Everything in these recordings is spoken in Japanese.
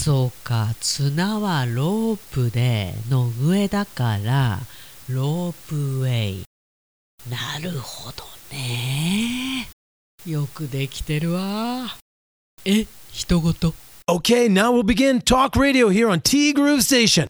そうか、綱はロープでの上だからロープウェイ。なるほどね。よくできてるわ。人ごと。 Okay, now we'll begin Talk Radio here on T Groove Station.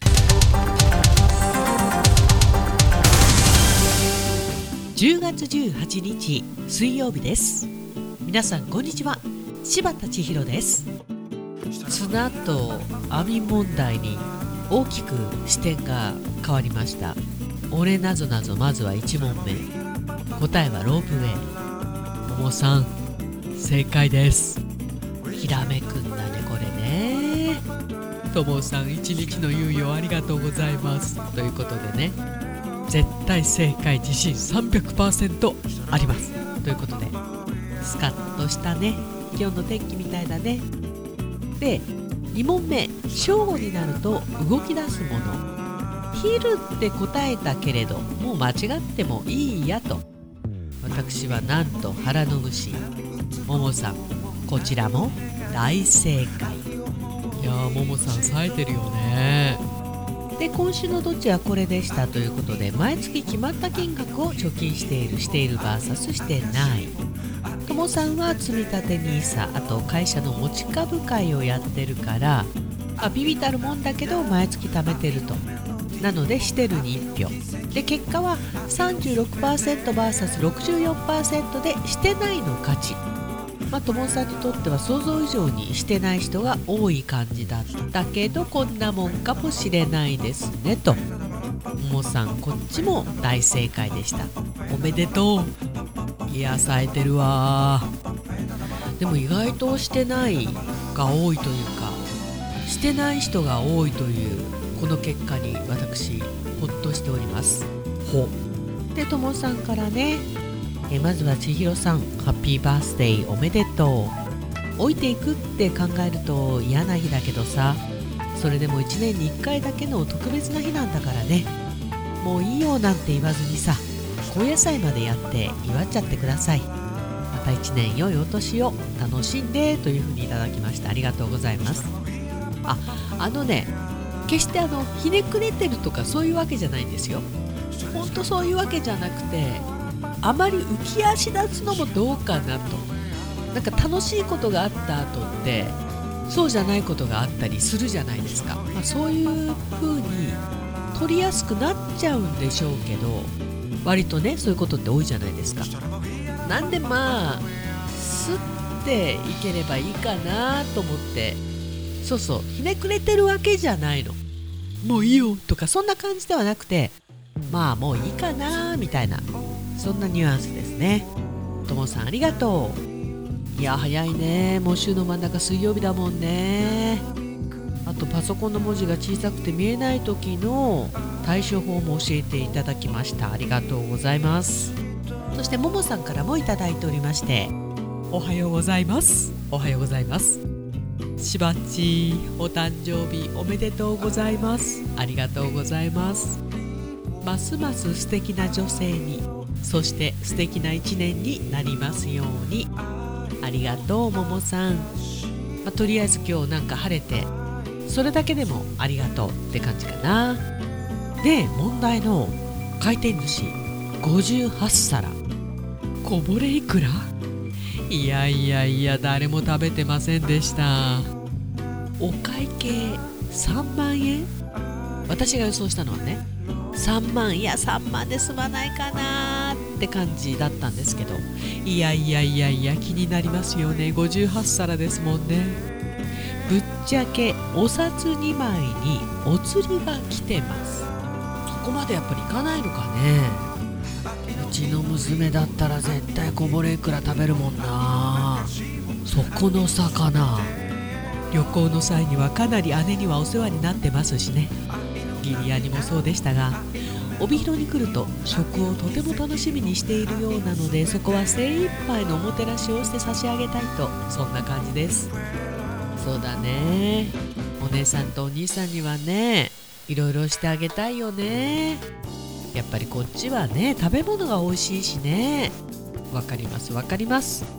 10月18日水曜日です。皆さんこんにちは。柴田千尋です。綱と網問題に大きく視点が変わりました。俺なぞなぞ、まずは1問目。答えはロープウェイ。桃さん正解です。ひらめくんだねこれね。ともさん1日の猶予ありがとうございます。ということでね、絶対正解自信 300% あります。ということでスカッとしたね今日の天気みたいだね。で2問目、正午になると動き出すもの。昼って答えたけれどもう間違ってもいいやと。私はなんと腹の虫。ももさんこちらも大正解。いやーももさん冴えてるよね。で今週のどっちはこれでしたということで、毎月決まった金額を貯金している vs してない。ともさんは積み立て NISA、 あと会社の持ち株会をやってるから、ビビたるもんだけど毎月貯めてると。なのでしてるに1票で、結果は 36%vs64% でしてないの勝ち。ともさんにとっては想像以上にしてない人が多い感じだったけど、こんなもんかもしれないですねと。ももさんこっちも大正解でした。おめでとう。いや冴えてるわ。でも意外としてないが多いというか、してない人が多いというこの結果に私ほっとしております。でともさんからね、まずは千尋さんハッピーバースデーおめでとう。老いていくって考えると嫌な日だけどさ、それでも1年に1回だけの特別な日なんだからね。もういいよなんて言わずにさ、高野菜までやって祝っちゃってください。また1年良いお年を楽しんでというふうにいただきました。ありがとうございます。決してひねくれてるとかそういうわけじゃないんですよ。ほんとそういうわけじゃなくて、あまり浮き足立つのもどうかなと。なんか楽しいことがあった後ってそうじゃないことがあったりするじゃないですか。そういう風に取りやすくなっちゃうんでしょうけど、割とねそういうことって多いじゃないですか。なんですっていければいいかなと思って、そうひねくれてるわけじゃないの。もういいよとかそんな感じではなくて、もういいかなみたいな、そんなニュアンスですね。ともさんありがとう。いや早いね。もう週の真ん中水曜日だもんね。あとパソコンの文字が小さくて見えない時の対処法も教えていただきました。ありがとうございます。そしてももさんからもいただいておりまして、おはようございます。おはようございます。しばっちお誕生日おめでとうございます。ありがとうございます。ますます素敵な女性に、そして素敵な一年になりますように。ありがとうももさん。とりあえず今日なんか晴れて、それだけでもありがとうって感じかな。で問題の回転寿司58皿こぼれいくら。いや誰も食べてませんでした。お会計3万円。私が予想したのはね3万、いや3万で済まないかなって感じだったんですけど、いや気になりますよね。58皿ですもんね。ぶっちゃけお札2枚にお釣りが来てます。そこまでやっぱりいかないのかね。うちの娘だったら絶対こぼれいくら食べるもんな。そこの差かな。旅行の際にはかなり姉にはお世話になってますしね。義理兄もそうでしたが、帯広に来ると食をとても楽しみにしているようなので、そこは精一杯のおもてなしをして差し上げたいと、そんな感じです。そうだね、お姉さんとお兄さんにはねいろいろしてあげたいよね。やっぱりこっちはね食べ物が美味しいしね。わかります。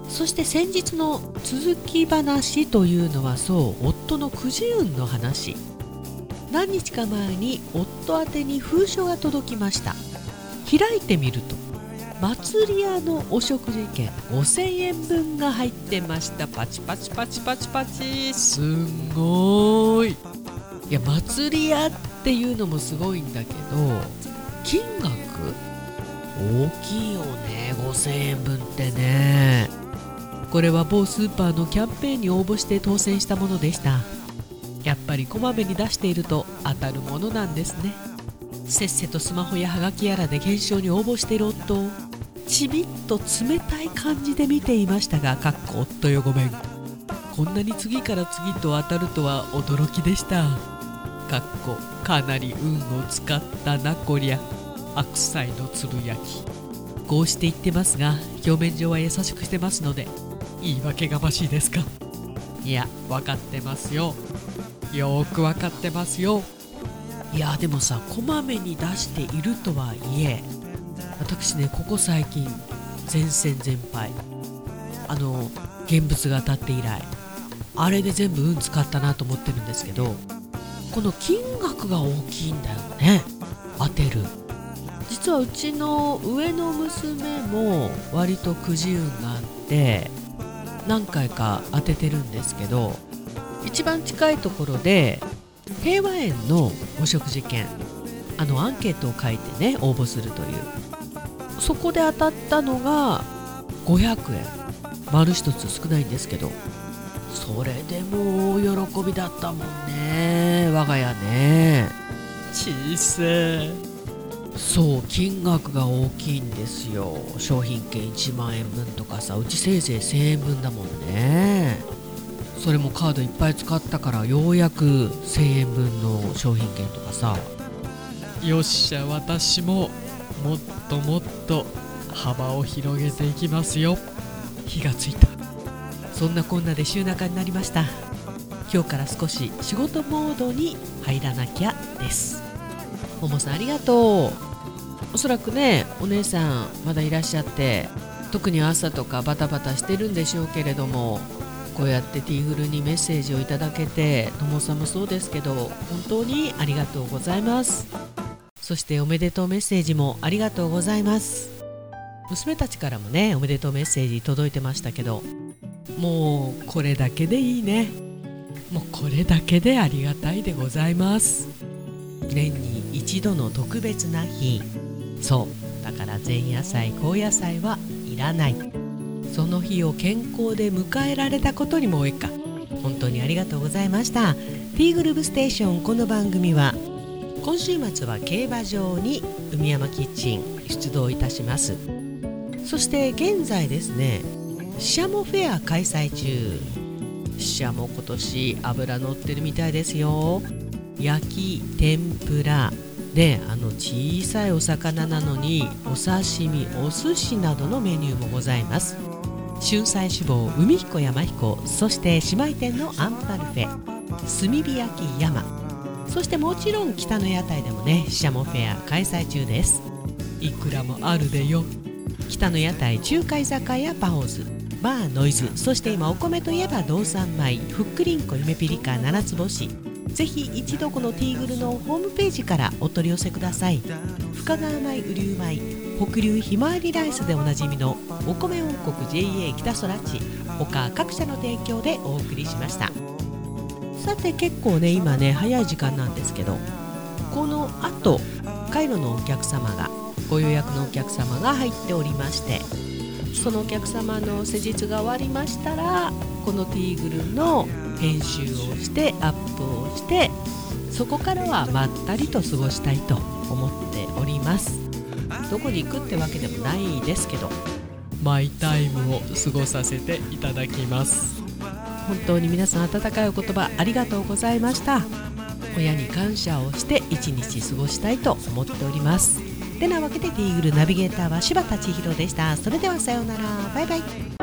そして先日の続き話というのは、そう夫のくじ運の話。何日か前に夫宛てに封書が届きました。開いてみると、祭り屋のお食事券5000円分が入ってました。パチパチパチパチパチ、すんごい。いや、祭り屋っていうのもすごいんだけど、金額大きいよね。5000円分ってね。これは某スーパーのキャンペーンに応募して当選したものでした。やっぱりこまめに出していると当たるものなんですね。せっせとスマホやハガキやらで懸賞に応募している夫をちびっと冷たい感じで見ていましたが、夫よごめん、こんなに次から次と当たるとは驚きでした。かなり運を使ったなこりゃ、悪妻のつぶやき。こうして言ってますが、表面上は優しくしてますので、言い訳がましいですか。いや、分かってますよ。よく分かってますよ。いやでもさ、こまめに出しているとはいえ、私ね、ここ最近全戦全敗、現物が当たって以来、あれで全部運使ったなと思ってるんですけど、この金額が大きいんだよね、当てる。実はうちの上の娘も割とくじ運があって何回か当ててるんですけど、一番近いところで平和園のお食事券、アンケートを書いてね応募するという、そこで当たったのが500円、丸一つ少ないんですけど、それでも大喜びだったもんね、我が家ね。小せえ。そう、金額が大きいんですよ。商品券1万円分とかさ、うちせいぜい1000円分だもんね。それもカードいっぱい使ったから、ようやく1000円分の商品券とかさ。よっしゃ、私ももっともっと幅を広げていきますよ。火がついた。そんなこんなで週中になりました。今日から少し仕事モードに入らなきゃです。ももさんありがとう。おそらくね、お姉さんまだいらっしゃって、特に朝とかバタバタしてるんでしょうけれども、こうやってティーグルにメッセージをいただけて、ともさんもそうですけど本当にありがとうございます。そしておめでとうメッセージもありがとうございます。娘たちからもね、おめでとうメッセージ届いてましたけど、もうこれだけでいいね。もうこれだけでありがたいでございます。年に一度の特別な日、そうだから前夜祭後夜祭はいらない。その日を健康で迎えられたことにも多いか。本当にありがとうございました。ティーグルーブステーション、この番組は今週末は競馬場に海山キッチン出動いたします。そして現在ですね、シャモフェア開催中。シャモ今年脂乗ってるみたいですよ。焼き、天ぷらで、小さいお魚なのにお刺身、お寿司などのメニューもございます。春菜志望、海彦山彦、そして姉妹店のアンパルフェ、炭火焼き山、そしてもちろん北の屋台でもね、シャモフェア開催中です。いくらもあるでよ。北の屋台、中華居酒屋パオズ、バーノイズ、そして今お米といえば道産米、ふっくりんこ夢ピリカ七つ星。ぜひ一度このティーグルのホームページからお取り寄せください。深川米、雨竜米、北流ひまわりライスでおなじみのお米王国 JA 北空地、他各社の提供でお送りしました。さて結構ね、今ね早い時間なんですけど、この後カイロのお客様が、ご予約のお客様が入っておりまして、そのお客様の施術が終わりましたら、このティーグルの編集をしてアップをして、そこからはまったりと過ごしたいと思っております。どこに行くってわけでもないですけど、マイタイムを過ごさせていただきます。本当に皆さん温かいお言葉ありがとうございました。親に感謝をして一日過ごしたいと思っております。てなわけでティーグルナビゲーターは柴田千尋でした。それではさようなら、バイバイ。